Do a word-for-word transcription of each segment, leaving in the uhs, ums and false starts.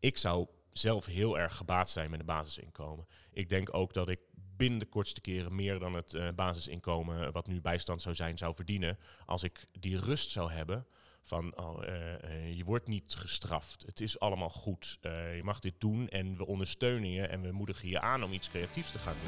ik zou zelf heel erg gebaat zijn met een basisinkomen. Ik denk ook dat ik binnen de kortste keren meer dan het uh, basisinkomen, wat nu bijstand zou zijn, zou verdienen. Als ik die rust zou hebben van, oh, uh, uh, je wordt niet gestraft. Het is allemaal goed. Uh, je mag dit doen en we ondersteunen je en we moedigen je aan om iets creatiefs te gaan doen.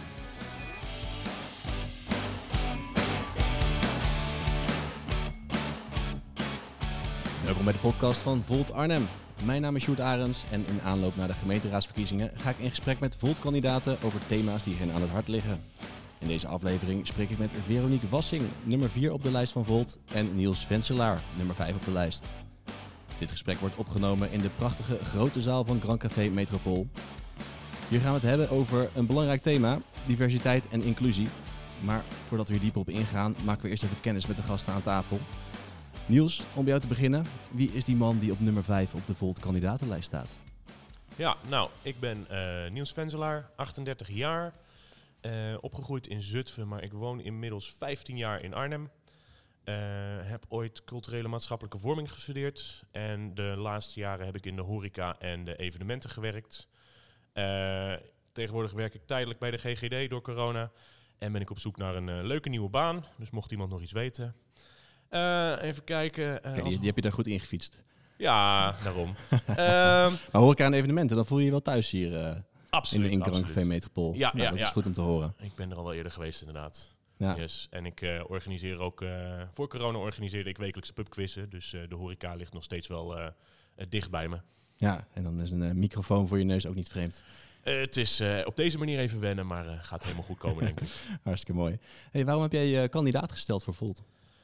Welkom bij de podcast van Volt Arnhem. Mijn naam is Sjoerd Arends en in aanloop naar de gemeenteraadsverkiezingen ga ik in gesprek met Volt-kandidaten over thema's die hen aan het hart liggen. In deze aflevering spreek ik met Veronique Wassing, nummer vier op de lijst van Volt, en Niels Venselaar, nummer vijf op de lijst. Dit gesprek wordt opgenomen in de prachtige grote zaal van Grand Café Metropool. Hier gaan we het hebben over een belangrijk thema, diversiteit en inclusie. Maar voordat we hier dieper op ingaan, maken we eerst even kennis met de gasten aan tafel. Niels, om bij jou te beginnen, wie is die man die op nummer vijf op de Volt-kandidatenlijst staat? Ja, nou, ik ben uh, Niels Venselaar, achtendertig jaar, uh, opgegroeid in Zutphen, maar ik woon inmiddels vijftien jaar in Arnhem. Uh, heb ooit culturele maatschappelijke vorming gestudeerd en de laatste jaren heb ik in de horeca en de evenementen gewerkt. Uh, tegenwoordig werk ik tijdelijk bij de G G D door corona en ben ik op zoek naar een uh, leuke nieuwe baan, dus mocht iemand nog iets weten... Uh, even kijken. Uh, Kijk, die, die heb je daar goed ingefietst. Ja, daarom. um, maar hoor ik aan evenementen, dan voel je je wel thuis hier uh, absoluut, in, in Grand Café Metropool. Ja, nou, ja, dat ja. is goed om te horen. Ik ben er al wel eerder geweest inderdaad. Ja. Yes. En ik uh, organiseer ook, uh, voor corona organiseerde ik wekelijkse pubquizzen. Dus uh, de horeca ligt nog steeds wel uh, uh, dicht bij me. Ja, en dan is een uh, microfoon voor je neus ook niet vreemd. Uh, het is uh, op deze manier even wennen, maar uh, gaat helemaal goed komen, denk ik. Hartstikke mooi. Hey, waarom heb jij uh, kandidaat gesteld voor Volt?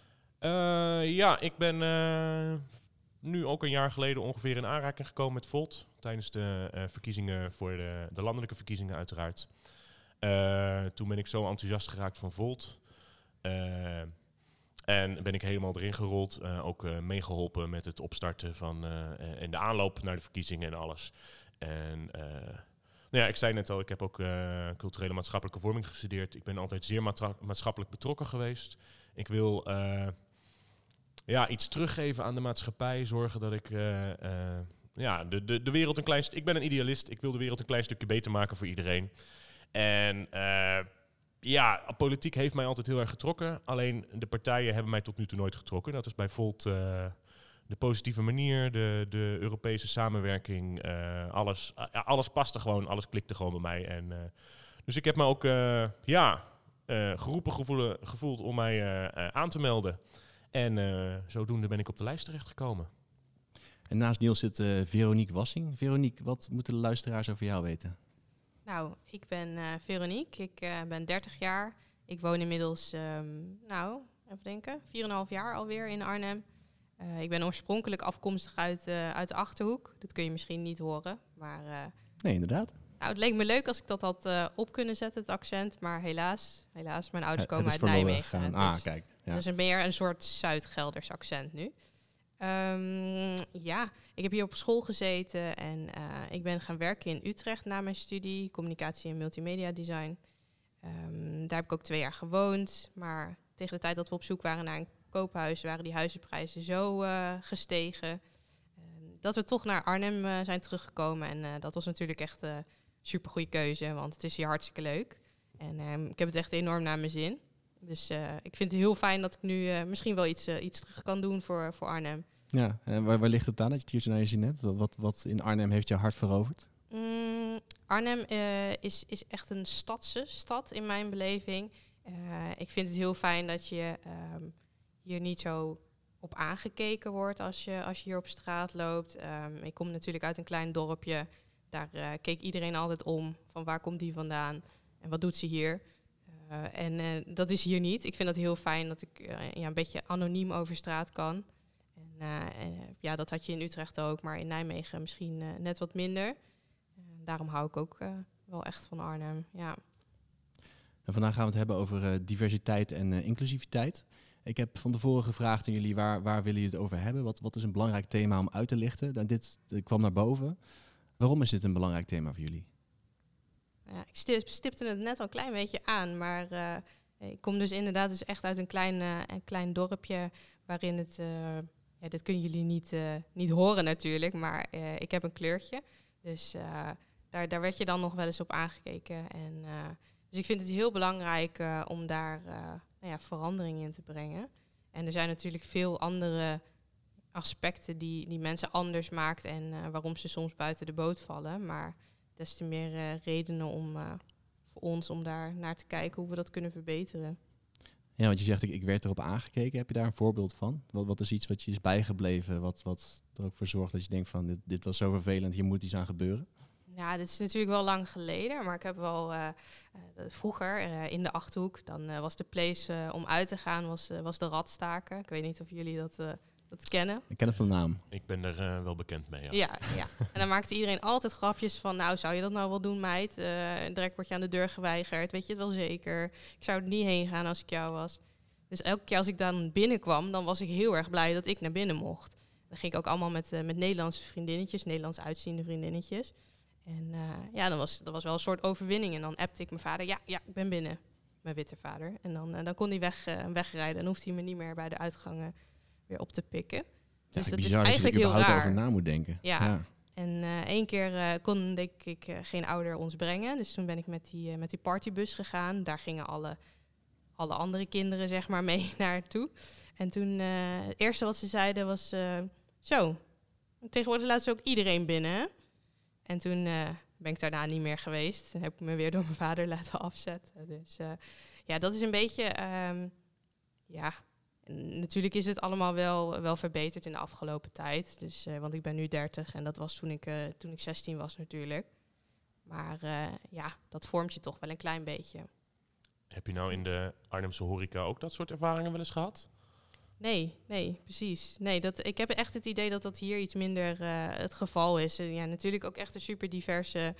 Uh, ja, ik ben uh, nu ook een jaar geleden ongeveer in aanraking gekomen met Volt. Tijdens de uh, verkiezingen voor de, de landelijke verkiezingen uiteraard. Uh, toen ben ik zo enthousiast geraakt van Volt. Uh, en ben ik helemaal erin gerold. Uh, ook uh, meegeholpen met het opstarten van uh, en de aanloop naar de verkiezingen en alles. En uh, nou ja, ik zei net al, ik heb ook uh, culturele maatschappelijke vorming gestudeerd. Ik ben altijd zeer matra- maatschappelijk betrokken geweest. Ik wil uh, ja, iets teruggeven aan de maatschappij. Zorgen dat ik uh, uh, ja, de, de, de wereld een klein... St- ik ben een idealist. Ik wil de wereld een klein stukje beter maken voor iedereen. En uh, ja, politiek heeft mij altijd heel erg getrokken. Alleen de partijen hebben mij tot nu toe nooit getrokken. Dat is bij Volt uh, de positieve manier, de, de Europese samenwerking. Uh, alles, uh, alles paste gewoon, alles klikte gewoon bij mij. En, uh, dus ik heb me ook uh, ja, uh, geroepen gevoelen, gevoeld om mij uh, uh, aan te melden. En uh, zodoende ben ik op de lijst terechtgekomen. En naast Niels zit uh, Veronique Wassing. Veronique, wat moeten de luisteraars over jou weten? Nou, ik ben uh, Veronique. Ik uh, ben dertig jaar. Ik woon inmiddels, um, nou, even denken, vier komma vijf jaar alweer in Arnhem. Uh, ik ben oorspronkelijk afkomstig uit, uh, uit de Achterhoek. Dat kun je misschien niet horen, maar... Uh, nee, inderdaad. Nou, het leek me leuk als ik dat had uh, op kunnen zetten, het accent. Maar helaas, helaas, mijn ouders uh, komen uit Nijmegen. Gaan. Ah, kijk. Ja. Dus een meer een soort Zuid-Gelders accent nu. Um, ja, ik heb hier op school gezeten en uh, ik ben gaan werken in Utrecht na mijn studie, communicatie en multimedia design. Um, daar heb ik ook twee jaar gewoond, maar tegen de tijd dat we op zoek waren naar een koophuis, waren die huizenprijzen zo uh, gestegen, uh, dat we toch naar Arnhem uh, zijn teruggekomen. En uh, dat was natuurlijk echt een uh, supergoeie keuze, want het is hier hartstikke leuk. En um, ik heb het echt enorm naar mijn zin. Dus uh, ik vind het heel fijn dat ik nu uh, misschien wel iets, uh, iets terug kan doen voor, voor Arnhem. Ja, en waar, waar ligt het aan dat je het hier zo naar je zin hebt? Wat, wat in Arnhem heeft je hart veroverd? Mm, Arnhem uh, is, is echt een stadse stad in mijn beleving. Uh, ik vind het heel fijn dat je um, hier niet zo op aangekeken wordt als je, als je hier op straat loopt. Um, ik kom natuurlijk uit een klein dorpje. Daar uh, keek iedereen altijd om van waar komt die vandaan en wat doet ze hier. Uh, en uh, dat is hier niet. Ik vind het heel fijn dat ik uh, ja, een beetje anoniem over straat kan. En, uh, en, uh, ja, dat had je in Utrecht ook, maar in Nijmegen misschien uh, net wat minder. Uh, daarom hou ik ook uh, wel echt van Arnhem, ja. En vandaag gaan we het hebben over uh, diversiteit en uh, inclusiviteit. Ik heb van tevoren gevraagd aan jullie, waar, waar willen jullie het over hebben? Wat, wat is een belangrijk thema om uit te lichten? Nou, dit uh, kwam naar boven. Waarom is dit een belangrijk thema voor jullie? Ja, ik stip, stipte het net al een klein beetje aan, maar uh, ik kom dus inderdaad dus echt uit een klein, uh, een klein dorpje waarin het, uh, ja, dit kunnen jullie niet, uh, niet horen natuurlijk, maar uh, ik heb een kleurtje. Dus uh, daar, daar werd je dan nog wel eens op aangekeken. En, uh, dus ik vind het heel belangrijk uh, om daar uh, nou ja, verandering in te brengen. En er zijn natuurlijk veel andere aspecten die, die mensen anders maakt en uh, waarom ze soms buiten de boot vallen. Maar des te meer uh, redenen om uh, voor ons om daar naar te kijken hoe we dat kunnen verbeteren. Ja, want je zegt, ik, ik werd erop aangekeken. Heb je daar een voorbeeld van? Wat, wat is iets wat je is bijgebleven, wat, wat er ook voor zorgt dat je denkt van, dit, dit was zo vervelend, hier moet iets aan gebeuren? Ja, dit is natuurlijk wel lang geleden, maar ik heb wel uh, uh, vroeger uh, in de Achterhoek, dan uh, was de place uh, om uit te gaan, was, uh, was de Radstaken. Ik weet niet of jullie dat, uh, dat kennen. Ik ken het van naam. Ik ben er uh, wel bekend mee, ja. Ja, ja. En dan maakte iedereen altijd grapjes van, nou, zou je dat nou wel doen, meid? Uh, direct word je aan de deur geweigerd, weet je het wel zeker? Ik zou er niet heen gaan als ik jou was. Dus elke keer als ik dan binnenkwam, dan was ik heel erg blij dat ik naar binnen mocht. Dan ging ik ook allemaal met, uh, met Nederlandse vriendinnetjes, Nederlands uitziende vriendinnetjes. En uh, ja, dan was, dat was wel een soort overwinning. En dan appte ik mijn vader, ja, ja, ik ben binnen. Mijn witte vader. En dan, uh, dan kon hij weg, uh, wegrijden. En hoefde hij me niet meer bij de uitgangen weer op te pikken. Ja, dus dat bizar is eigenlijk dat je er heel raar. over na moet denken. Ja. ja. En uh, één keer uh, kon denk ik uh, geen ouder ons brengen. Dus toen ben ik met die, uh, met die partybus gegaan. Daar gingen alle, alle andere kinderen zeg maar mee naartoe. En toen, uh, het eerste wat ze zeiden was, uh, zo, tegenwoordig laat ze ook iedereen binnen, hè? En toen uh, ben ik daarna niet meer geweest. Toen heb ik me weer door mijn vader laten afzetten. Dus uh, ja, dat is een beetje... Um, ja, natuurlijk is het allemaal wel, wel verbeterd in de afgelopen tijd. Dus, uh, want ik ben nu dertig en dat was toen ik, uh, toen ik zestien was natuurlijk. Maar uh, ja, dat vormt je toch wel een klein beetje. Heb je nou in de Arnhemse horeca ook dat soort ervaringen wel eens gehad? Nee, nee, precies. Nee, dat, ik heb echt het idee dat dat hier iets minder uh, het geval is. Uh, ja, natuurlijk ook echt een super diverse,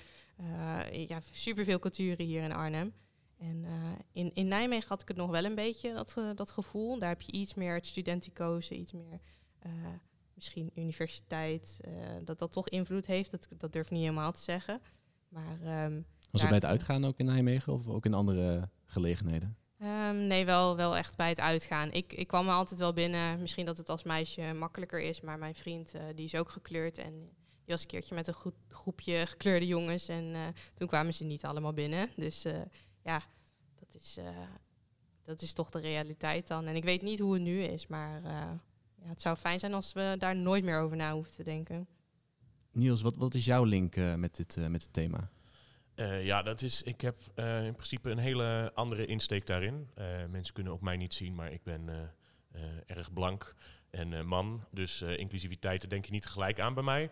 uh, ja, superveel culturen hier in Arnhem. En uh, in, in Nijmegen had ik het nog wel een beetje, dat, uh, dat gevoel. Daar heb je iets meer het studenticoze, iets meer uh, misschien universiteit. Uh, dat dat toch invloed heeft, dat, dat durf ik niet helemaal te zeggen. Maar, um, Was het bij het uitgaan ook in Nijmegen of ook in andere gelegenheden? Um, nee, wel, wel echt bij het uitgaan. Ik, ik kwam er altijd wel binnen. Misschien dat het als meisje makkelijker is. Maar mijn vriend uh, die is ook gekleurd. En die was een keertje met een goed groepje gekleurde jongens. En uh, toen kwamen ze niet allemaal binnen. Dus uh, ja, dat is, uh, dat is toch de realiteit dan. En ik weet niet hoe het nu is. Maar uh, ja, het zou fijn zijn als we daar nooit meer over na hoeven te denken. Niels, wat, wat is jouw link uh, met, dit, uh, met dit thema? Uh, ja, dat is, ik heb uh, in principe een hele andere insteek daarin. Uh, mensen kunnen ook mij niet zien, maar ik ben uh, uh, erg blank en uh, man. Dus uh, inclusiviteit, daar denk je niet gelijk aan bij mij.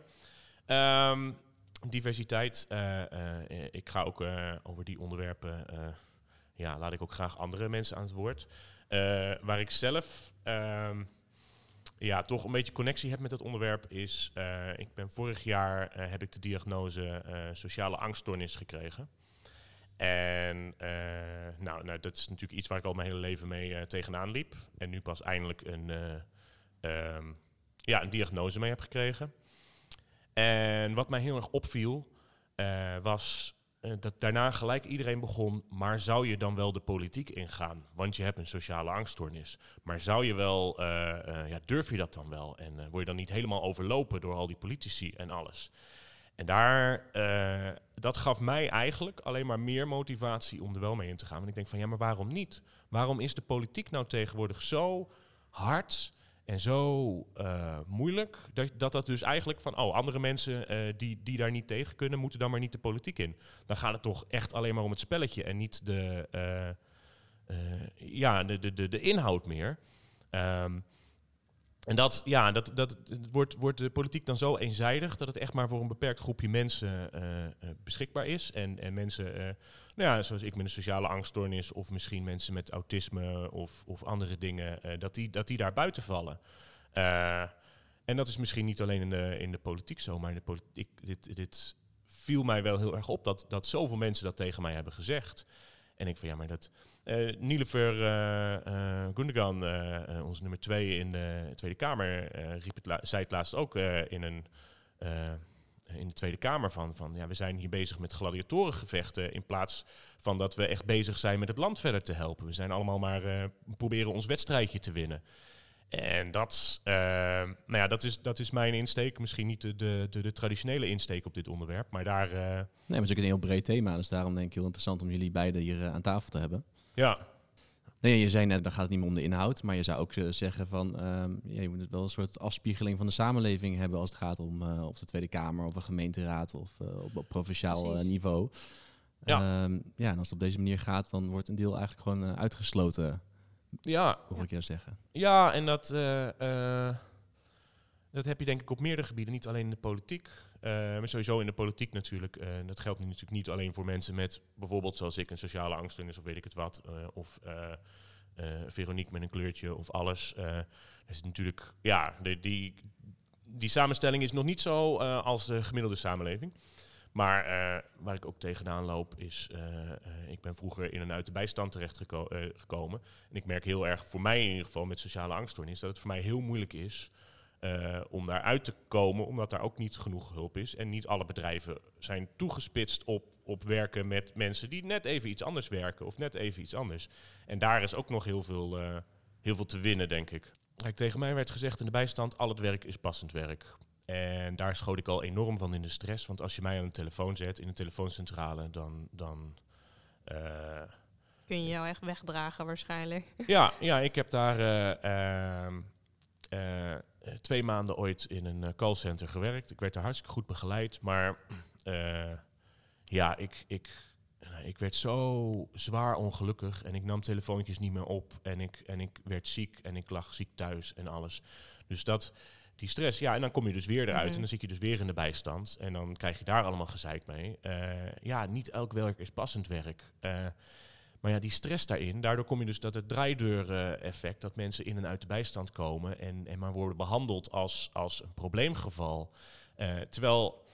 Um, diversiteit, uh, uh, ik ga ook uh, over die onderwerpen, uh, ja, laat ik ook graag andere mensen aan het woord. Uh, waar ik zelf... Um, ja, toch een beetje connectie heb met het onderwerp is... Uh, ik ben vorig jaar uh, heb ik de diagnose uh, sociale angststoornis gekregen. En uh, nou, nou, dat is natuurlijk iets waar ik al mijn hele leven mee uh, tegenaan liep. En nu pas eindelijk een, uh, um, ja, een diagnose mee heb gekregen. En wat mij heel erg opviel uh, was... Uh, dat daarna gelijk iedereen begon, maar zou je dan wel de politiek ingaan? Want je hebt een sociale angststoornis. Maar zou je wel, uh, uh, ja, durf je dat dan wel? En uh, word je dan niet helemaal overlopen door al die politici en alles? En daar, uh, dat gaf mij eigenlijk alleen maar meer motivatie om er wel mee in te gaan. Want ik denk van, ja, maar waarom niet? Waarom is de politiek nou tegenwoordig zo hard... En zo uh, moeilijk, dat, dat dat dus eigenlijk van... oh, andere mensen uh, die, die daar niet tegen kunnen... moeten dan maar niet de politiek in. Dan gaat het toch echt alleen maar om het spelletje... en niet de, uh, uh, ja, de, de, de, de inhoud meer. Um, en dat, ja, dat, dat wordt, wordt de politiek dan zo eenzijdig... dat het echt maar voor een beperkt groepje mensen uh, uh, beschikbaar is. En, en mensen, uh, nou ja, zoals ik met een sociale angststoornis... of misschien mensen met autisme of, of andere dingen... Uh, dat, die, dat die daar buiten vallen. Uh, en dat is misschien niet alleen in de, in de politiek zo... maar in de politiek, dit, dit viel mij wel heel erg op... dat, dat zoveel mensen dat tegen mij hebben gezegd... En ik van ja, maar dat... Uh, Nilefer uh, uh, Gundogan, uh, uh, onze nummer twee in de Tweede Kamer, uh, riep het la- zei het laatst ook uh, in, een, uh, in de Tweede Kamer van, van... ja, we zijn hier bezig met gladiatorengevechten... in plaats van dat we echt bezig zijn met het land verder te helpen. We zijn allemaal maar uh, proberen ons wedstrijdje te winnen. En dat, uh, nou ja, dat, is, dat is mijn insteek. Misschien niet de, de, de, de traditionele insteek op dit onderwerp, maar daar... Uh, nee, maar het is ook een heel breed thema, dus daarom denk ik heel interessant om jullie beiden hier uh, aan tafel te hebben. Ja. Nee, je zei net, dan gaat het niet meer om de inhoud, maar je zou ook uh, zeggen van, um, ja, je moet wel een soort afspiegeling van de samenleving hebben als het gaat om uh, of de Tweede Kamer of een gemeenteraad of uh, op, op provinciaal uh, niveau. Ja. Um, ja, en als het op deze manier gaat, dan wordt een deel eigenlijk gewoon uh, uitgesloten. Ja. Hoor ik jou zeggen. Ja, en dat, uh, uh, dat heb je denk ik op meerdere gebieden, niet alleen in de politiek. Uh, maar sowieso in de politiek natuurlijk. Uh, dat geldt nu natuurlijk niet alleen voor mensen met bijvoorbeeld zoals ik een sociale angststoornis of weet ik het wat. Uh, of uh, uh, Veronique met een kleurtje of alles. Uh, er is natuurlijk, ja, de, die, die samenstelling is nog niet zo uh, als de gemiddelde samenleving. Maar uh, waar ik ook tegenaan loop is, uh, uh, ik ben vroeger in en uit de bijstand terecht geko- uh, gekomen. En ik merk heel erg, voor mij in ieder geval met sociale angststoornis, dat het voor mij heel moeilijk is uh, om daaruit te komen, omdat daar ook niet genoeg hulp is. En niet alle bedrijven zijn toegespitst op, op werken met mensen die net even iets anders werken of net even iets anders. En daar is ook nog heel veel, uh, heel veel te winnen, denk ik. Kijk, tegen mij werd gezegd in de bijstand, al het werk is passend werk. En daar schoot ik al enorm van in de stress. Want als je mij aan de telefoon zet, in een telefooncentrale, dan... dan uh, kun je jou echt wegdragen waarschijnlijk. Ja, ja ik heb daar uh, uh, uh, twee maanden ooit in een uh, callcenter gewerkt. Ik werd daar hartstikke goed begeleid. Maar uh, ja, ik, ik, uh, ik werd zo zwaar ongelukkig. En ik nam telefoontjes niet meer op. En ik, en ik werd ziek en ik lag ziek thuis en alles. Dus dat... Die stress, ja, en dan kom je dus weer eruit mm-hmm. en dan zit je dus weer in de bijstand. En dan krijg je daar allemaal gezeik mee. Uh, ja, niet elk werk is passend werk. Uh, maar ja, die stress daarin, daardoor kom je dus dat het draaideur-effect, dat mensen in en uit de bijstand komen en, en maar worden behandeld als, als een probleemgeval. Uh, terwijl,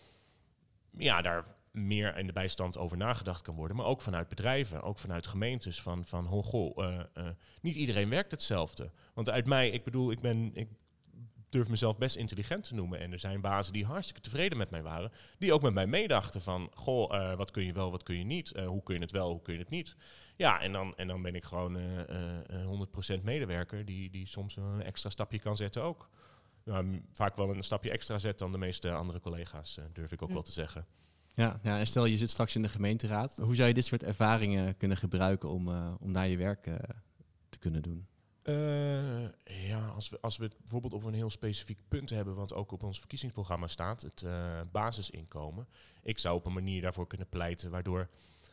ja, daar meer in de bijstand over nagedacht kan worden. Maar ook vanuit bedrijven, ook vanuit gemeentes. Van, van ho, goh, uh, uh, niet iedereen werkt hetzelfde. Want uit mij, ik bedoel, ik ben... Ik, durf mezelf best intelligent te noemen. En er zijn bazen die hartstikke tevreden met mij waren. Die ook met mij meedachten van... Goh, uh, wat kun je wel, wat kun je niet? Uh, hoe kun je het wel, hoe kun je het niet? Ja, en dan, en dan ben ik gewoon uh, uh, honderd procent medewerker... Die, die soms een extra stapje kan zetten ook. Nou, vaak wel een stapje extra zet dan de meeste andere collega's, uh, durf ik ook hm. wel te zeggen. Ja, ja, en stel je zit straks in de gemeenteraad. Hoe zou je dit soort ervaringen kunnen gebruiken... om, uh, om daar je werk uh, te kunnen doen? Uh, ja, als we, als we het bijvoorbeeld op een heel specifiek punt hebben... wat ook op ons verkiezingsprogramma staat... het uh, basisinkomen. Ik zou op een manier daarvoor kunnen pleiten... waardoor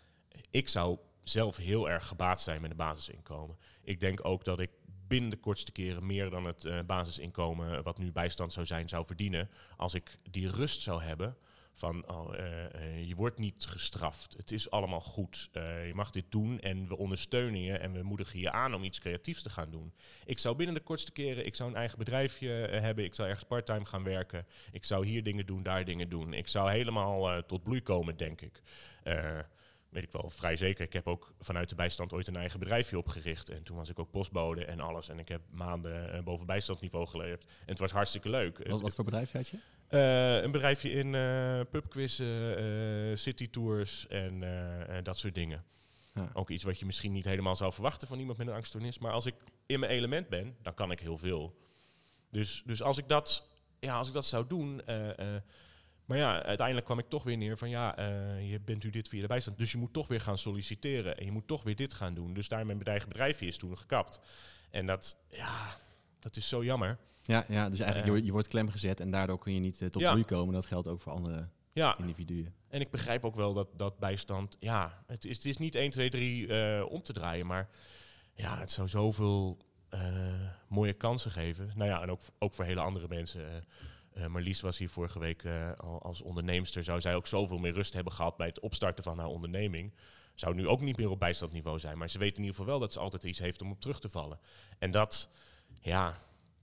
ik zou zelf heel erg gebaat zijn met een basisinkomen. Ik denk ook dat ik binnen de kortste keren... meer dan het uh, basisinkomen wat nu bijstand zou zijn, zou verdienen... als ik die rust zou hebben... Van, oh, uh, uh, je wordt niet gestraft. Het is allemaal goed. Uh, je mag dit doen en we ondersteunen je en we moedigen je aan om iets creatiefs te gaan doen. Ik zou binnen de kortste keren, ik zou een eigen bedrijfje uh, hebben. Ik zou ergens parttime gaan werken. Ik zou hier dingen doen, daar dingen doen. Ik zou helemaal uh, tot bloei komen, denk ik. Uh, weet ik wel, vrij zeker. Ik heb ook vanuit de bijstand ooit een eigen bedrijfje opgericht. En toen was ik ook postbode en alles. En ik heb maanden uh, boven bijstandsniveau geleefd. En het was hartstikke leuk. Wat, wat voor bedrijfje had je? Uh, een bedrijfje in uh, pubquizzen, uh, citytours en uh, uh, dat soort dingen. Ja. Ook iets wat je misschien niet helemaal zou verwachten van iemand met een angststoornis. Maar als ik in mijn element ben, dan kan ik heel veel. Dus, dus als ik dat, ja, als ik dat zou doen... Uh, uh, maar ja, uiteindelijk kwam ik toch weer neer van... ja, uh, je bent nu dit via de bijstand. Dus je moet toch weer gaan solliciteren. En je moet toch weer dit gaan doen. Dus daar mijn eigen bedrijfje is toen gekapt. En dat, ja, dat is zo jammer. Ja, ja, dus eigenlijk uh, je, je wordt klem gezet en daardoor kun je niet uh, tot bloei ja. komen. Dat geldt ook voor andere ja. individuen. En ik begrijp ook wel dat, dat bijstand... Ja, het is, het is niet één, twee, drie uh, om te draaien, maar ja, het zou zoveel uh, mooie kansen geven. Nou ja, en ook, ook voor hele andere mensen. Uh, uh, Marlies was hier vorige week uh, al als onderneemster. Zou zij ook zoveel meer rust hebben gehad bij het opstarten van haar onderneming. Zou nu ook niet meer op bijstandniveau zijn. Maar ze weet in ieder geval wel dat ze altijd iets heeft om op terug te vallen. En dat, ja...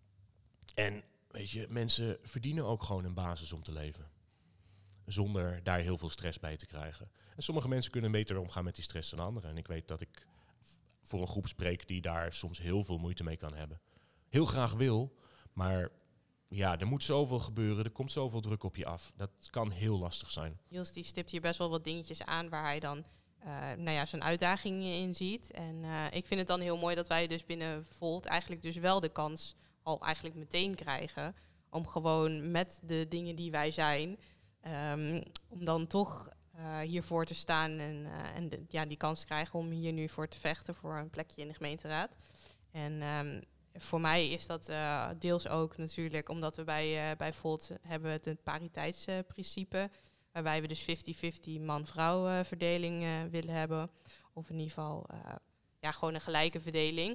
En weet je, mensen verdienen ook gewoon een basis om te leven. Zonder daar heel veel stress bij te krijgen. En sommige mensen kunnen beter omgaan met die stress dan anderen. En ik weet dat ik voor een groep spreek die daar soms heel veel moeite mee kan hebben. Heel graag wil, maar ja, er moet zoveel gebeuren. Er komt zoveel druk op je af. Dat kan heel lastig zijn. Niels die stipt hier best wel wat dingetjes aan waar hij dan uh, nou ja, zijn uitdagingen in ziet. En uh, ik vind het dan heel mooi dat wij dus binnen Volt eigenlijk dus wel de kans al eigenlijk meteen krijgen. Om gewoon met de dingen die wij zijn, um, om dan toch uh, hiervoor te staan en, uh, en de, ja, die kans te krijgen om hier nu voor te vechten voor een plekje in de gemeenteraad. En um, voor mij is dat uh, deels ook natuurlijk omdat we bij, uh, bij Volt hebben het, het pariteitsprincipe, waarbij we dus vijftig-vijftig man-vrouw uh, verdeling uh, willen hebben. Of in ieder geval uh, ja, gewoon een gelijke verdeling.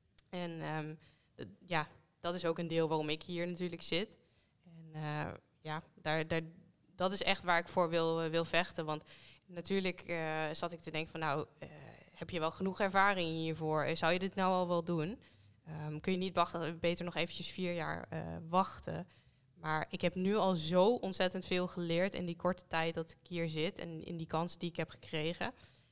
En um, d- ja, dat is ook een deel waarom ik hier natuurlijk zit. En uh, ja, daar, daar, dat is echt waar ik voor wil, uh, wil vechten. Want natuurlijk uh, zat ik te denken van nou, uh, heb je wel genoeg ervaring hiervoor? Zou je dit nou al wel doen? Um, kun je niet wachten, beter nog eventjes vier jaar uh, wachten? Maar ik heb nu al zo ontzettend veel geleerd in die korte tijd dat ik hier zit. En in die kans die ik heb gekregen.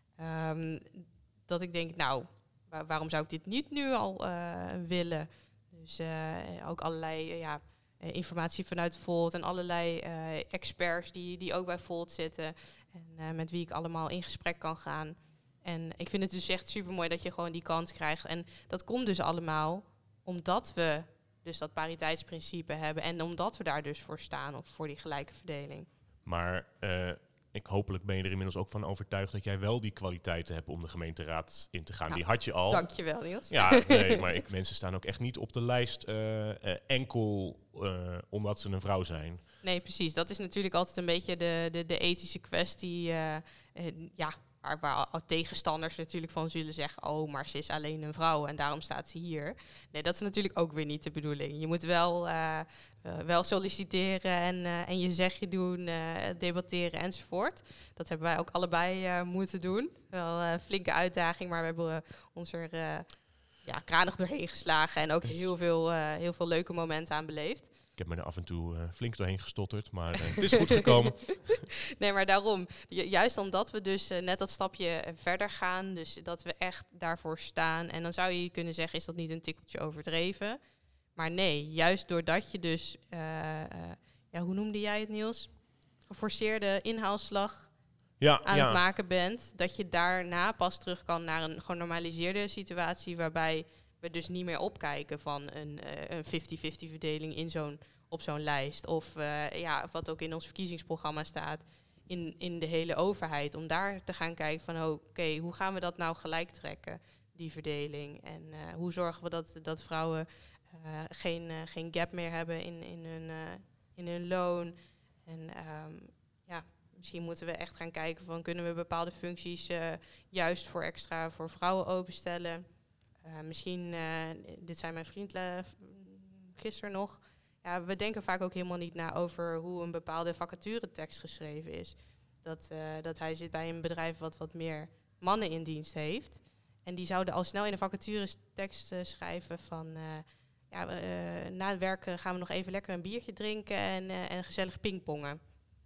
Um, dat ik denk, nou, waar, waarom zou ik dit niet nu al uh, willen? Dus uh, ook allerlei uh, ja, uh, informatie vanuit Volt en allerlei uh, experts die, die ook bij Volt zitten. En uh, met wie ik allemaal in gesprek kan gaan. En ik vind het dus echt super mooi dat je gewoon die kans krijgt. En dat komt dus allemaal omdat we dus dat pariteitsprincipe hebben. En omdat we daar dus voor staan, of voor die gelijke verdeling. Maar uh, ik hopelijk ben je er inmiddels ook van overtuigd dat jij wel die kwaliteiten hebt om de gemeenteraad in te gaan. Nou, die had je al. Dankjewel, Niels. Ja, nee, maar ik, mensen staan ook echt niet op de lijst uh, uh, enkel uh, omdat ze een vrouw zijn. Nee, precies. Dat is natuurlijk altijd een beetje de, de, de ethische kwestie. Uh, uh, ja, waar, waar tegenstanders natuurlijk van zullen zeggen, oh, maar ze is alleen een vrouw en daarom staat ze hier. Nee, dat is natuurlijk ook weer niet de bedoeling. Je moet wel, uh, uh, wel solliciteren en, uh, en je zegje doen, uh, debatteren enzovoort. Dat hebben wij ook allebei uh, moeten doen. Wel een uh, flinke uitdaging, maar we hebben uh, ons er uh, ja, kranig doorheen geslagen en ook heel veel, uh, heel veel leuke momenten aan beleefd. Ik heb me er af en toe uh, flink doorheen gestotterd, maar uh, het is goed gekomen. Nee, maar daarom. Ju- juist omdat we dus uh, net dat stapje verder gaan, dus dat we echt daarvoor staan. En dan zou je kunnen zeggen, is dat niet een tikkeltje overdreven? Maar nee, juist doordat je dus, uh, uh, ja, hoe noemde jij het, Niels? Geforceerde inhaalslag ja, aan ja. het maken bent. Dat je daarna pas terug kan naar een genormaliseerde situatie, waarbij we dus niet meer opkijken van een, uh, een vijftig-vijftig verdeling in zo'n, op zo'n lijst. Of uh, ja, wat ook in ons verkiezingsprogramma staat, in, in de hele overheid. Om daar te gaan kijken van, oké, okay, hoe gaan we dat nou gelijk trekken, die verdeling? En uh, hoe zorgen we dat, dat vrouwen uh, geen, uh, geen gap meer hebben in, in, hun, uh, in hun loon? En um, ja, misschien moeten we echt gaan kijken van, kunnen we bepaalde functies uh, juist voor extra voor vrouwen openstellen? Uh, misschien, uh, dit zei mijn vriend uh, gisteren nog, ja, we denken vaak ook helemaal niet na over hoe een bepaalde vacaturetekst geschreven is. Dat, uh, dat hij zit bij een bedrijf wat wat meer mannen in dienst heeft. En die zouden al snel in een vacaturetekst uh, schrijven van, uh, ja, uh, na het werk gaan we nog even lekker een biertje drinken en, uh, en gezellig pingpongen.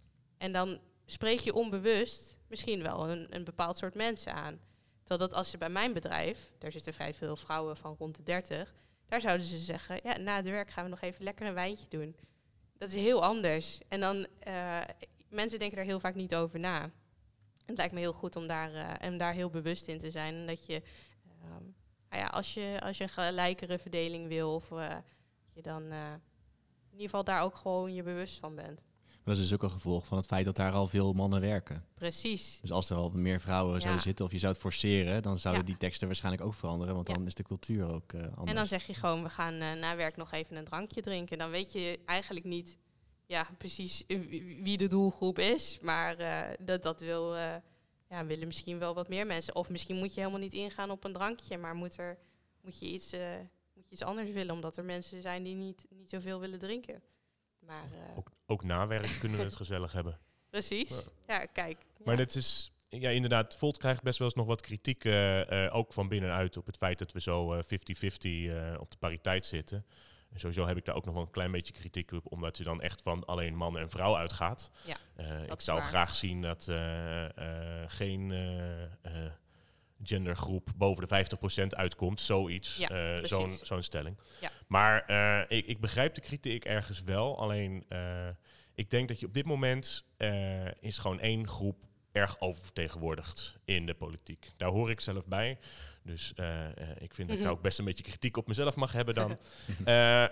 En dan spreek je onbewust misschien wel een, een bepaald soort mensen aan. Terwijl dat als ze bij mijn bedrijf, daar zitten vrij veel vrouwen van rond de dertig, daar zouden ze zeggen, ja, na het werk gaan we nog even lekker een wijntje doen. Dat is heel anders. En dan, uh, mensen denken daar heel vaak niet over na. Het lijkt me heel goed om daar, uh, om daar heel bewust in te zijn. En dat je, um, nou ja, als je, als je een gelijkere verdeling wil, of uh, je dan uh, in ieder geval daar ook gewoon je bewust van bent. Maar dat is dus ook een gevolg van het feit dat daar al veel mannen werken. Precies. Dus als er al meer vrouwen Ja. zouden zitten of je zou het forceren, dan zouden Ja. die teksten waarschijnlijk ook veranderen, want Ja. dan is de cultuur ook uh, anders. En dan zeg je gewoon, we gaan uh, na werk nog even een drankje drinken. Dan weet je eigenlijk niet ja, precies uh, wie de doelgroep is. Maar uh, dat, dat wil, uh, ja, willen misschien wel wat meer mensen. Of misschien moet je helemaal niet ingaan op een drankje, maar moet, er, moet, je, iets, uh, moet je iets anders willen. Omdat er mensen zijn die niet, niet zoveel willen drinken. Maar, uh, Ook, ook na werk kunnen we het gezellig hebben. precies. Ja, ja kijk. Maar ja. dat is, ja inderdaad, Volt krijgt best wel eens nog wat kritiek, uh, uh, ook van binnenuit, op het feit dat we zo uh, vijftig-vijftig uh, op de pariteit zitten. En sowieso heb ik daar ook nog wel een klein beetje kritiek op, omdat je dan echt van alleen man en vrouw uitgaat. Ja, uh, ik is zou waar. graag zien dat uh, uh, geen uh, uh, gendergroep boven de vijftig procent uitkomt, zoiets, Ja, uh, zo'n, precies. zo'n stelling. Ja. Maar uh, ik, ik begrijp de kritiek ergens wel, alleen uh, ik denk dat je op dit moment uh, is gewoon één groep erg oververtegenwoordigd in de politiek. Daar hoor ik zelf bij. Dus uh, uh, ik vind dat ik daar ook best een beetje kritiek op mezelf mag hebben dan. uh, uh,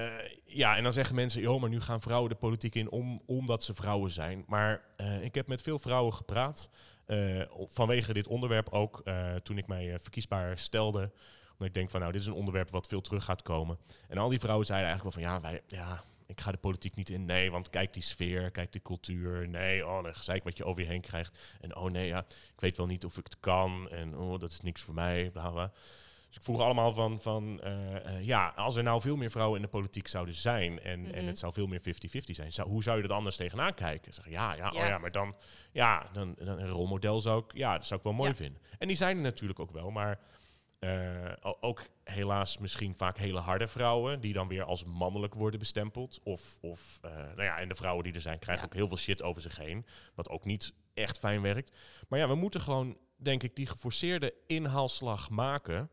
ja, en dan zeggen mensen, joh, maar nu gaan vrouwen de politiek in om, omdat ze vrouwen zijn. Maar uh, ik heb met veel vrouwen gepraat. Uh, vanwege dit onderwerp ook, uh, toen ik mij uh, verkiesbaar stelde. Omdat ik denk van, nou, dit is een onderwerp wat veel terug gaat komen. En al die vrouwen zeiden eigenlijk wel van, ja, wij, ja, ik ga de politiek niet in. Nee, want kijk die sfeer, kijk de cultuur. Nee, oh, een gezeik wat je over je heen krijgt. En oh nee, ja, ik weet wel niet of ik het kan. En oh, dat is niks voor mij, bla bla. Dus ik vroeg allemaal van, van uh, uh, ja, als er nou veel meer vrouwen in de politiek zouden zijn en, mm-hmm. en het zou veel meer fifty fifty zijn, zou, hoe zou je er anders tegenaan kijken? Zeg, ja, ja, ja. Oh ja, maar dan, ja, dan, dan een rolmodel zou ik, ja, dat zou ik wel mooi ja. vinden. En die zijn er natuurlijk ook wel, maar uh, ook helaas misschien vaak hele harde vrouwen die dan weer als mannelijk worden bestempeld. Of, of uh, nou ja, en de vrouwen die er zijn krijgen ja. ook heel veel shit over zich heen, wat ook niet echt fijn werkt. Maar ja, we moeten gewoon, denk ik, die geforceerde inhaalslag maken.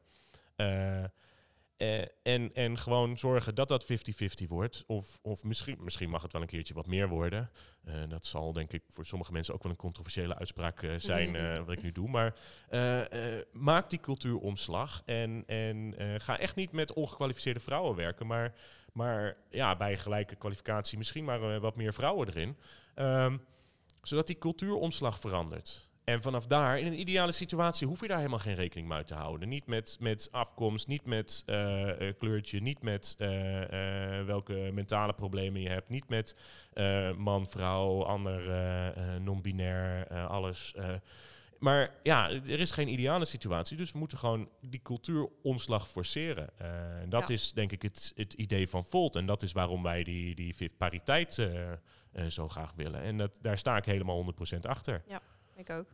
Uh, uh, en, en gewoon zorgen dat dat fifty fifty wordt. Of, of misschien, misschien mag het wel een keertje wat meer worden. Uh, dat zal denk ik voor sommige mensen ook wel een controversiële uitspraak uh, zijn uh, wat ik nu doe. Maar uh, uh, maak die cultuuromslag. En, en uh, ga echt niet met ongekwalificeerde vrouwen werken. Maar, maar ja, bij gelijke kwalificatie misschien maar uh, wat meer vrouwen erin. Um, zodat die cultuuromslag verandert. En vanaf daar, in een ideale situatie, hoef je daar helemaal geen rekening mee te houden. Niet met, met afkomst, niet met uh, uh, kleurtje, niet met uh, uh, welke mentale problemen je hebt. Niet met uh, man, vrouw, ander, uh, uh, non-binair, uh, alles. Uh. Maar ja, er is geen ideale situatie, dus we moeten gewoon die cultuuromslag forceren. Uh, en dat ja. is denk ik het, het idee van Volt. En dat is waarom wij die, die pariteit uh, uh, zo graag willen. En dat, daar sta ik helemaal honderd procent achter. Ja, ik ook.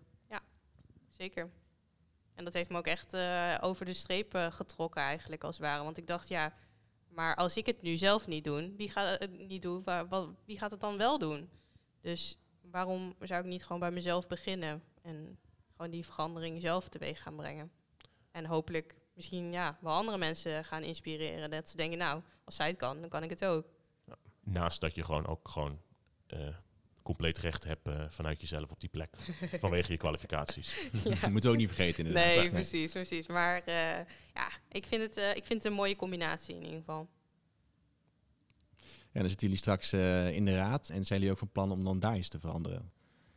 Zeker. En dat heeft me ook echt uh, over de streep uh, getrokken eigenlijk als het ware. Want ik dacht, ja, maar als ik het nu zelf niet doe, wie gaat het niet doen? Waar, wat, wie gaat het dan wel doen? Dus waarom zou ik niet gewoon bij mezelf beginnen en gewoon die verandering zelf teweeg gaan brengen? En hopelijk misschien ja, wel andere mensen gaan inspireren. Dat ze denken, nou, als zij het kan, dan kan ik het ook. Ja, naast dat je gewoon ook gewoon Uh, compleet recht hebt uh, vanuit jezelf op die plek. Vanwege je kwalificaties. Ja. Moeten we ook niet vergeten inderdaad. Nee, nee. precies, precies. Maar uh, ja, ik vind, het, uh, ik vind het een mooie combinatie in ieder geval. En dan zitten jullie straks uh, in de raad. En zijn jullie ook van plan om dan daar iets te veranderen?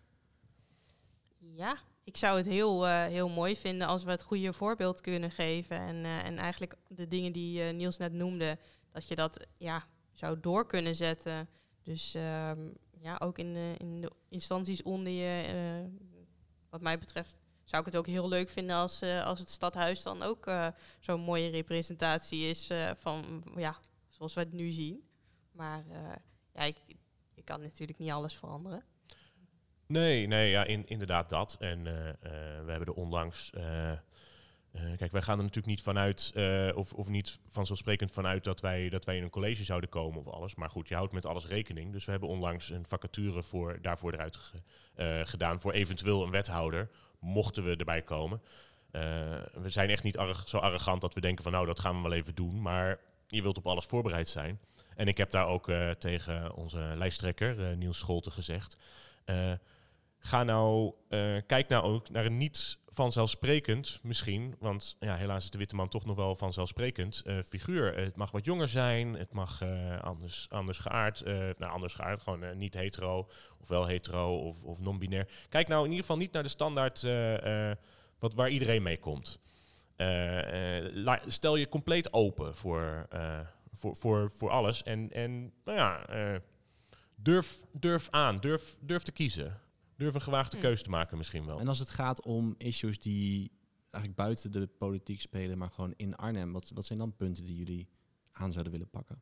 Ja, ik zou het heel, uh, heel mooi vinden als we het goede voorbeeld kunnen geven. En, uh, en eigenlijk de dingen die uh, Niels net noemde, dat je dat ja, zou door kunnen zetten. Dus Um, Ja, ook in de, in de instanties onder je, uh, wat mij betreft, zou ik het ook heel leuk vinden als, uh, als het stadhuis dan ook uh, zo'n mooie representatie is uh, van, ja, zoals we het nu zien. Maar uh, ja, ik, je kan natuurlijk niet alles veranderen. Nee, nee, ja, in, inderdaad dat. En uh, uh, we hebben er onlangs Uh, Uh, kijk, wij gaan er natuurlijk niet vanuit, uh, of, of niet vanzelfsprekend vanuit dat wij, dat wij in een college zouden komen of alles. Maar goed, je houdt met alles rekening. Dus we hebben onlangs een vacature voor, daarvoor eruit ge, uh, gedaan voor eventueel een wethouder, mochten we erbij komen. Uh, we zijn echt niet arg, zo arrogant dat we denken van nou, dat gaan we wel even doen. Maar je wilt op alles voorbereid zijn. En ik heb daar ook uh, tegen onze lijsttrekker, uh, Niels Scholten, gezegd. Uh, ga nou, uh, kijk nou ook naar een niet vanzelfsprekend misschien, want ja, helaas is de witte man toch nog wel vanzelfsprekend uh, figuur. Uh, het mag wat jonger zijn, het mag uh, anders, anders geaard, uh, nou anders geaard, gewoon uh, niet hetero, of wel hetero, of, of non-binair. Kijk nou in ieder geval niet naar de standaard uh, uh, wat, waar iedereen mee komt. Uh, uh, la- stel je compleet open voor, uh, voor, voor, voor alles en, en nou ja, uh, durf, durf aan, durf, durf te kiezen. Durf een gewaagde hmm. keuze te maken misschien wel. En als het gaat om issues die eigenlijk buiten de politiek spelen, maar gewoon in Arnhem, wat, wat zijn dan punten die jullie aan zouden willen pakken?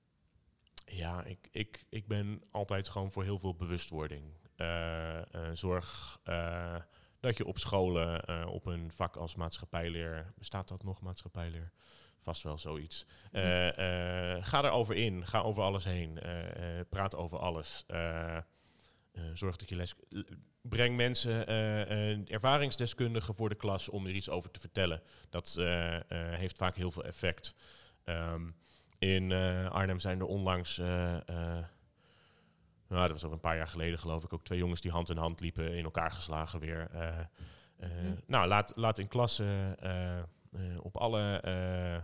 Ja, ik, ik, ik ben altijd gewoon voor heel veel bewustwording. Uh, uh, zorg uh, dat je op scholen uh, op een vak als maatschappijleer, bestaat dat nog, maatschappijleer? Vast wel zoiets. Uh, uh, ga erover in, ga over alles heen, uh, uh, praat over alles. Uh, Uh, zorg dat je les... Breng mensen, uh, uh, ervaringsdeskundigen voor de klas om er iets over te vertellen. Dat uh, uh, heeft vaak heel veel effect. Um, in uh, Arnhem zijn er onlangs uh, uh, nou, dat was ook een paar jaar geleden geloof ik, ook twee jongens die hand in hand liepen, in elkaar geslagen weer. Uh, uh, mm. Nou, laat, laat in klassen uh, uh, op alle uh,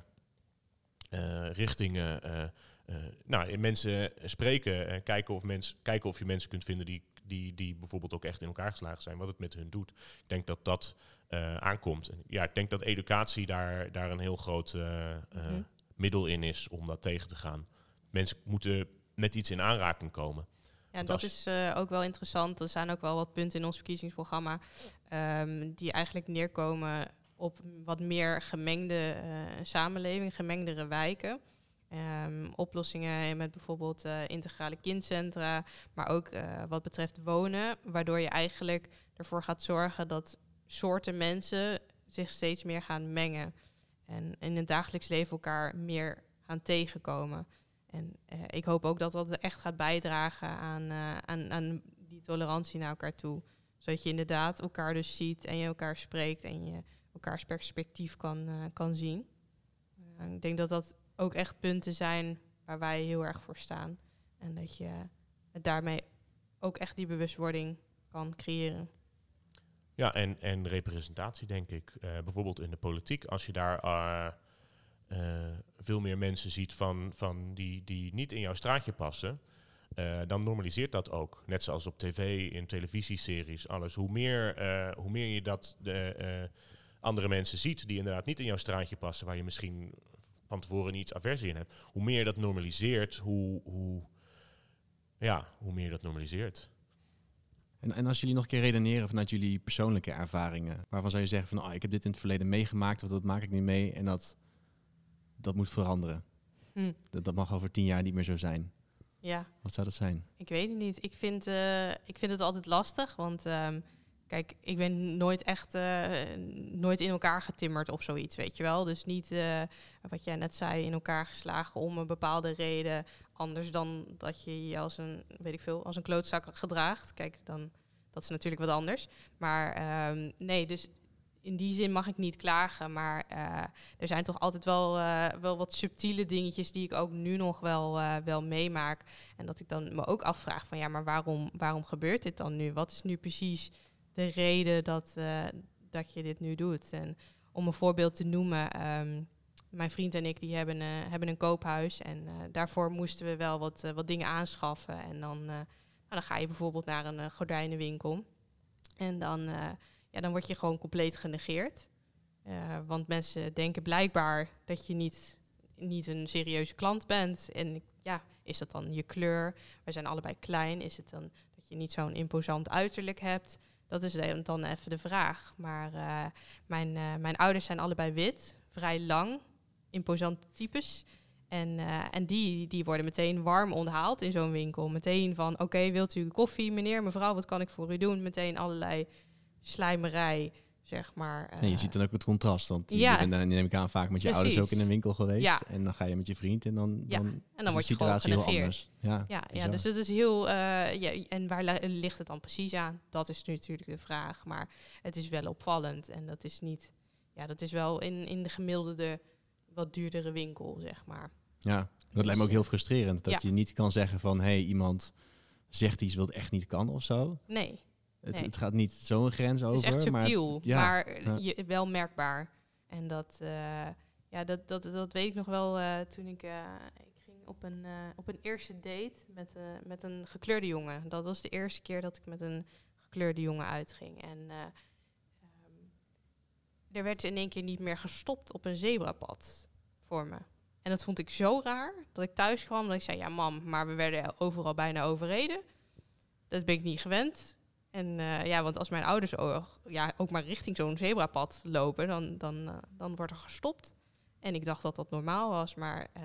uh, richtingen uh, uh, nou, mensen spreken en kijken of, mens, kijken of je mensen kunt vinden die, die, die bijvoorbeeld ook echt in elkaar geslagen zijn, wat het met hun doet. Ik denk dat dat uh, aankomt. En ja, ik denk dat educatie daar, daar een heel groot uh, uh, mm. middel in is om dat tegen te gaan. Mensen moeten met iets in aanraking komen. Ja, Want dat is uh, ook wel interessant. Er zijn ook wel wat punten in ons verkiezingsprogramma um, die eigenlijk neerkomen op wat meer gemengde uh, samenleving, gemengdere wijken. Um, oplossingen met bijvoorbeeld uh, integrale kindcentra, maar ook uh, wat betreft wonen, waardoor je eigenlijk ervoor gaat zorgen dat soorten mensen zich steeds meer gaan mengen en in het dagelijks leven elkaar meer gaan tegenkomen. En uh, ik hoop ook dat dat echt gaat bijdragen aan, uh, aan, aan die tolerantie naar elkaar toe. Zodat je inderdaad elkaar dus ziet en je elkaar spreekt en je elkaars perspectief kan, uh, kan zien. Uh, ik denk dat dat ook echt punten zijn waar wij heel erg voor staan. En dat je daarmee ook echt die bewustwording kan creëren. Ja, en, en representatie denk ik. Uh, bijvoorbeeld in de politiek, als je daar uh, uh, veel meer mensen ziet van, van die, die niet in jouw straatje passen, uh, dan normaliseert dat ook. Net zoals op tv, in televisieseries, alles. Hoe meer, uh, hoe meer je dat de uh, andere mensen ziet die inderdaad niet in jouw straatje passen, waar je misschien van tevoren iets aversie in hebt, hoe meer je dat normaliseert, hoe, hoe, ja, hoe meer je dat normaliseert. En, en als jullie nog een keer redeneren vanuit jullie persoonlijke ervaringen, waarvan zou je zeggen van, oh, ik heb dit in het verleden meegemaakt, of dat maak ik niet mee en dat, dat moet veranderen. Hm. Dat, dat mag over tien jaar niet meer zo zijn. Ja. Wat zou dat zijn? Ik weet het niet. Ik vind, uh, ik vind het altijd lastig, want um, kijk, ik ben nooit echt uh, nooit in elkaar getimmerd of zoiets, weet je wel. Dus niet, uh, wat jij net zei, in elkaar geslagen om een bepaalde reden, anders dan dat je je als een, weet ik veel, als een klootzak gedraagt. Kijk, dan, dat is natuurlijk wat anders. Maar um, nee, dus in die zin mag ik niet klagen. Maar uh, er zijn toch altijd wel, uh, wel wat subtiele dingetjes die ik ook nu nog wel, uh, wel meemaak. En dat ik dan me ook afvraag van, ja, maar waarom, waarom gebeurt dit dan nu? Wat is nu precies de reden dat, uh, dat je dit nu doet? En om een voorbeeld te noemen, um, mijn vriend en ik die hebben, uh, hebben een koophuis. En uh, daarvoor moesten we wel wat, uh, wat dingen aanschaffen. En dan, uh, nou, dan ga je bijvoorbeeld naar een uh, gordijnenwinkel. En dan, uh, ja, dan word je gewoon compleet genegeerd. Uh, want mensen denken blijkbaar dat je niet, niet een serieuze klant bent. En ja, is dat dan je kleur? Wij zijn allebei klein. Is het dan dat je niet zo'n imposant uiterlijk hebt? Dat is dan even de vraag. Maar uh, mijn, uh, mijn ouders zijn allebei wit, vrij lang, imposante types. En, uh, en die, die worden meteen warm onthaald in zo'n winkel. Meteen van, oké, okay, wilt u koffie, meneer, mevrouw, wat kan ik voor u doen? Meteen allerlei slijmerij, zeg maar. Uh, en je ziet dan ook het contrast, want ja, je bent dan, neem ik aan, vaak met je Precies. ouders ook in een winkel geweest. Ja. En dan ga je met je vriend en dan, ja. dan, en dan word je gewoon genegeerd. Ja, ja, ja, dus het is heel... Uh, ja, en waar li- ligt het dan precies aan? Dat is natuurlijk de vraag. Maar het is wel opvallend. En dat is niet... Ja, dat is wel in, in de gemiddelde, wat duurdere winkel, zeg maar. Ja, dat dus lijkt me ook heel frustrerend. Dat ja. je niet kan zeggen van, hé, hey, iemand zegt iets wat het echt niet kan of zo. Nee. Het, nee. het gaat niet zo'n grens over. Het is echt subtiel, maar, ja, maar ja. Je, wel merkbaar. En dat, uh, ja, dat, dat, dat weet ik nog wel uh, toen ik... Uh, ik ging op een, uh, op een eerste date met, uh, met een gekleurde jongen. Dat was de eerste keer dat ik met een gekleurde jongen uitging. En uh, um, er werd in één keer niet meer gestopt op een zebrapad voor me. En dat vond ik zo raar, dat ik thuis kwam. Dat ik zei, ja mam, maar we werden overal bijna overreden. Dat ben ik niet gewend. En uh, ja, want als mijn ouders ook, ja, ook maar richting zo'n zebrapad lopen, dan, dan, uh, dan wordt er gestopt. En ik dacht dat dat normaal was, maar uh,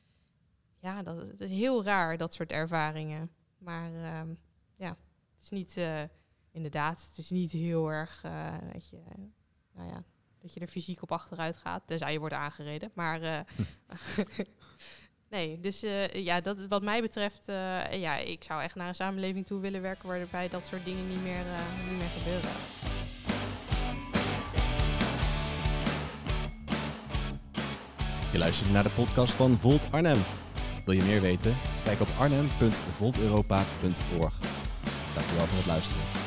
ja, dat, het is heel raar, dat soort ervaringen. Maar uh, ja, het is niet, uh, inderdaad, het is niet heel erg uh, dat je, uh, nou ja, dat je er fysiek op achteruit gaat, tenzij je wordt aangereden. Maar uh, nee, dus uh, ja, dat, wat mij betreft, uh, ja, ik zou echt naar een samenleving toe willen werken waarbij dat soort dingen niet meer, uh, niet meer gebeuren. Je luistert naar de podcast van Volt Arnhem. Wil je meer weten? Kijk op arnhem punt volt europa punt org. Dankjewel voor het luisteren.